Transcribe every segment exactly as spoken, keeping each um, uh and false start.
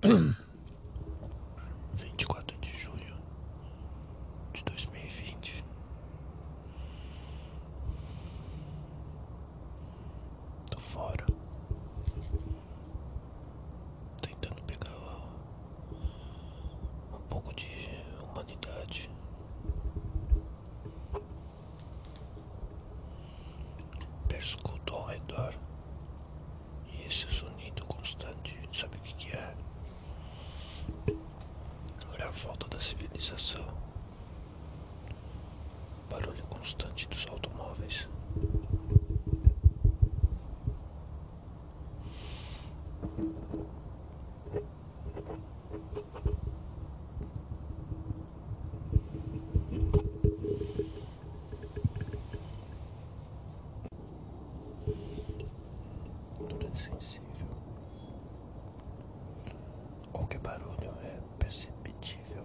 vinte e quatro de junho de dois mil e vinte. Tô fora, tentando pegar um pouco de humanidade. Perscuto ao redor e esse sonido constante, sabe o que que é? É a falta da civilização. Barulho constante dos automóveis. Tudo é sensível. Qualquer barulho é perceptível.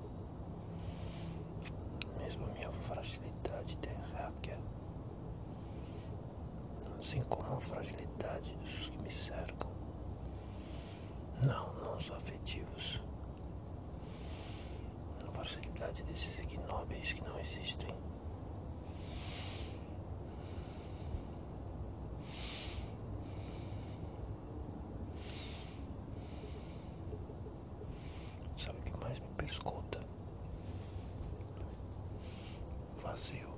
Mesmo a minha fragilidade terráquea, assim como a fragilidade dos que me cercam. Não, não os afetivos. A fragilidade desses ignóbeis que não existem. Sabe o que mais me perscuta? Vazio.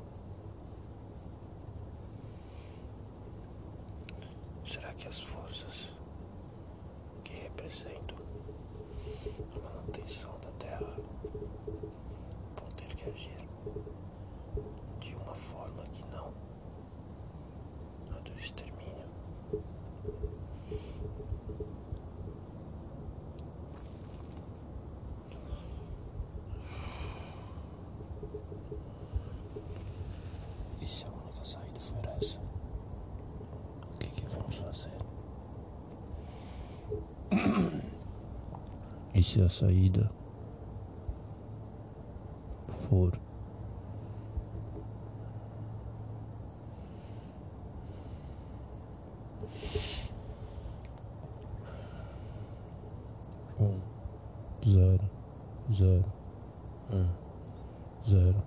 Será que as forças que representam a manutenção da Terra vão ter que agir de uma forma que não a do extermínio? E se a única saída for essa, o que que vamos fazer? E se a saída for um, zero, zero, um, zero?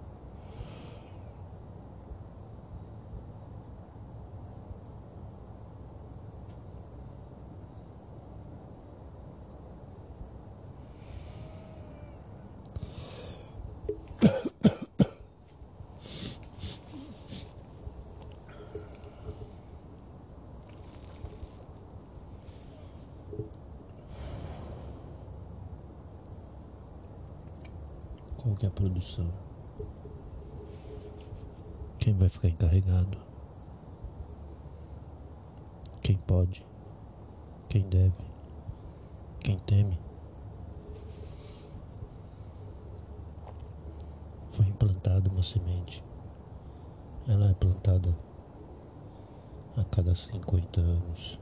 Qual que é a produção? Quem vai ficar encarregado? Quem pode? Quem deve? Quem teme? Foi implantada uma semente. Ela é plantada a cada cinquenta anos.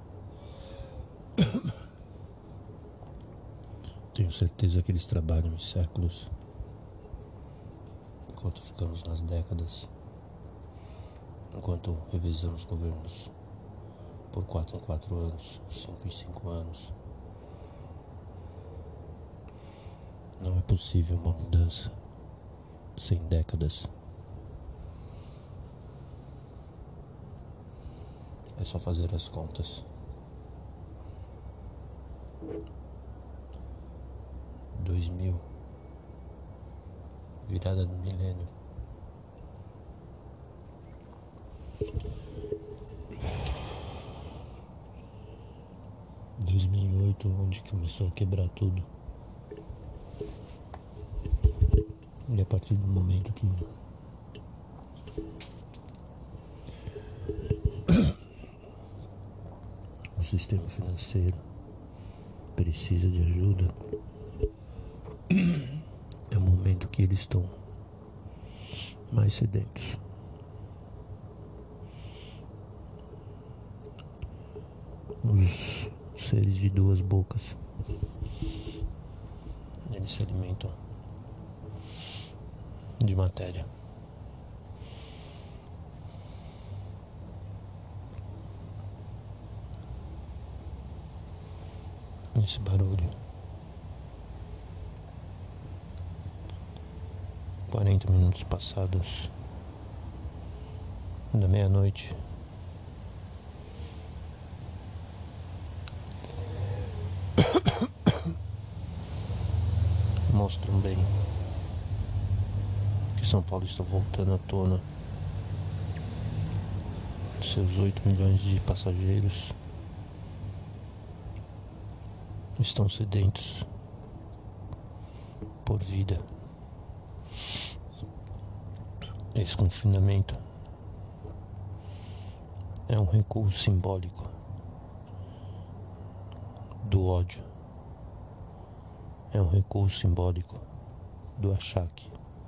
Tenho certeza que eles trabalham em séculos, enquanto ficamos nas décadas, enquanto revisamos governos por quatro em quatro anos, cinco em cinco anos. Não é possível uma mudança sem décadas. É só fazer as contas. Dois mil, virada do milênio. dois mil e oito, onde começou a quebrar tudo. E a partir do momento que o sistema financeiro precisa de ajuda, é o momento que eles estão mais sedentos. Os seres de duas bocas, eles se alimentam de matéria. Esse barulho quarenta minutos passados da meia-noite. Mostram bem que São Paulo está voltando à tona. Seus oito milhões de passageiros estão sedentos por vida. Esse confinamento é um recuo simbólico do ódio. É um recuo simbólico do achaque.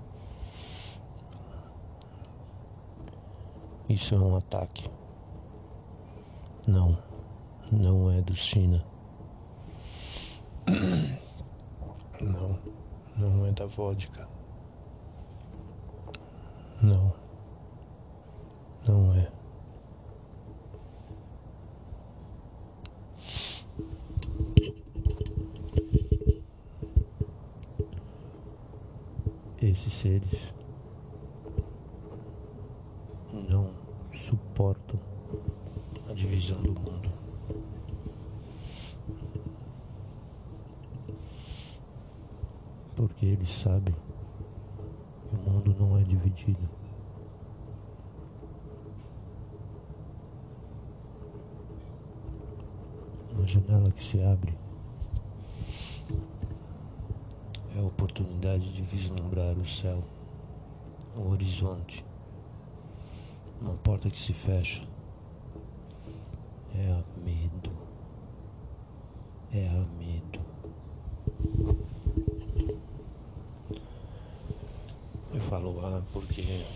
Isso é um ataque. Não, não é do China. Não, não é da vodka. Não, não é. Esses seres não suportam a divisão do mundo. Porque eles sabem que o mundo não é dividido. Uma janela que se abre é a oportunidade de vislumbrar o céu, o horizonte. Uma porta que se fecha é a medo. É a medo. Eu falo ah porque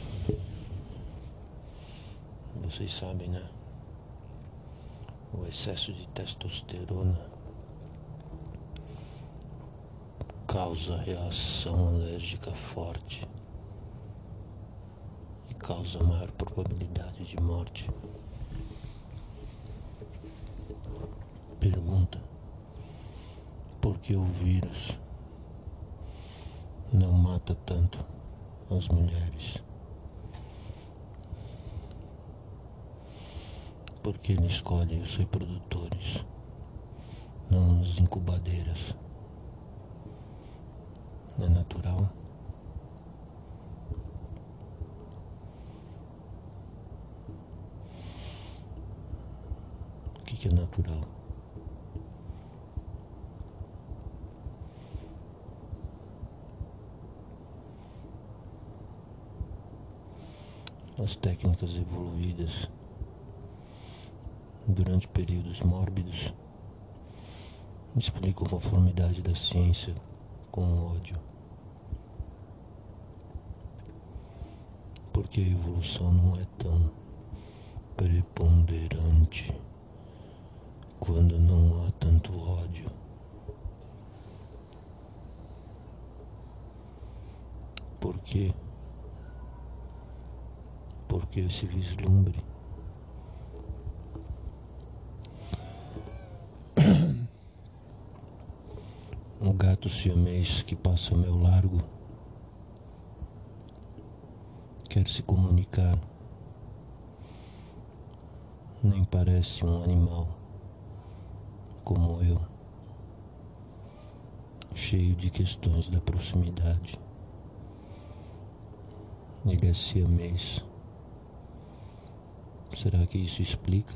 vocês sabem, né? O excesso de testosterona causa reação alérgica forte e causa maior probabilidade de morte. Pergunta: por que o vírus não mata tanto as mulheres? Porque ele escolhe os reprodutores, não as incubadeiras. É natural. O que, que é natural? As técnicas evoluídas durante períodos mórbidos explicam a conformidade da ciência com o ódio. Porque a evolução não é tão preponderante quando não há tanto ódio. Por quê? Porque esse vislumbre o gato siamês que passa ao meu largo quer se comunicar. Nem parece um animal como eu, cheio de questões da proximidade. Ele é siamês. Será que isso explica?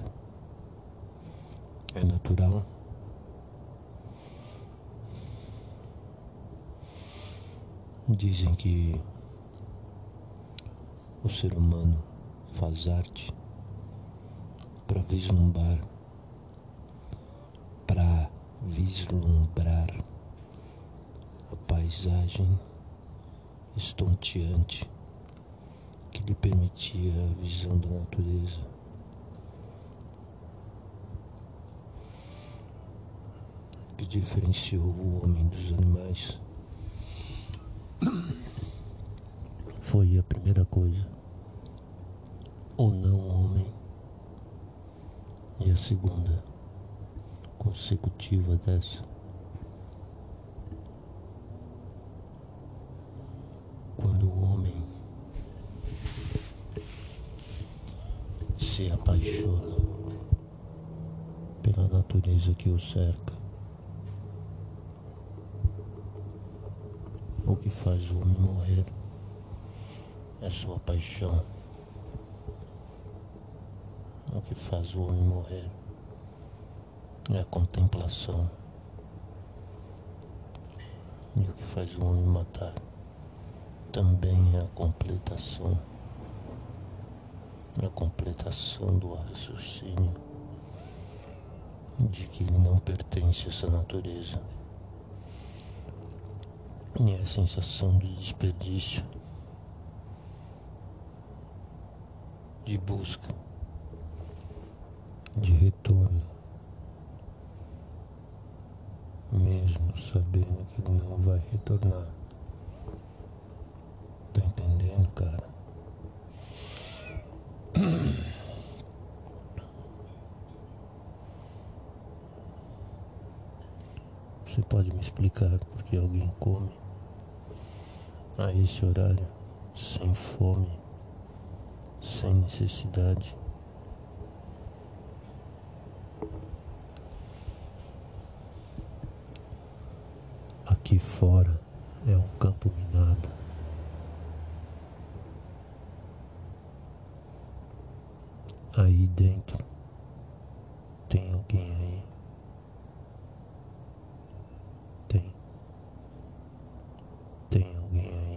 É natural? Dizem que o ser humano faz arte para vislumbrar, para vislumbrar a paisagem estonteante que lhe permitia a visão da natureza. Que diferenciou o homem dos animais foi a primeira coisa, o não homem, e a segunda consecutiva dessa, quando quando o homem se apaixona pela natureza que o cerca, o que faz o homem morrer é sua paixão. O que faz o homem morrer é a contemplação. E o que faz o homem matar também é a completação. A completação do raciocínio de que ele não pertence a essa natureza. E a sensação de desperdício, de busca, de retorno, mesmo sabendo que ele não vai retornar. Tá entendendo, cara? Você pode me explicar por que alguém come a esse horário, sem fome, sem necessidade? Aqui fora é um campo minado. Aí dentro tem alguém aí. Tem. Tem alguém aí.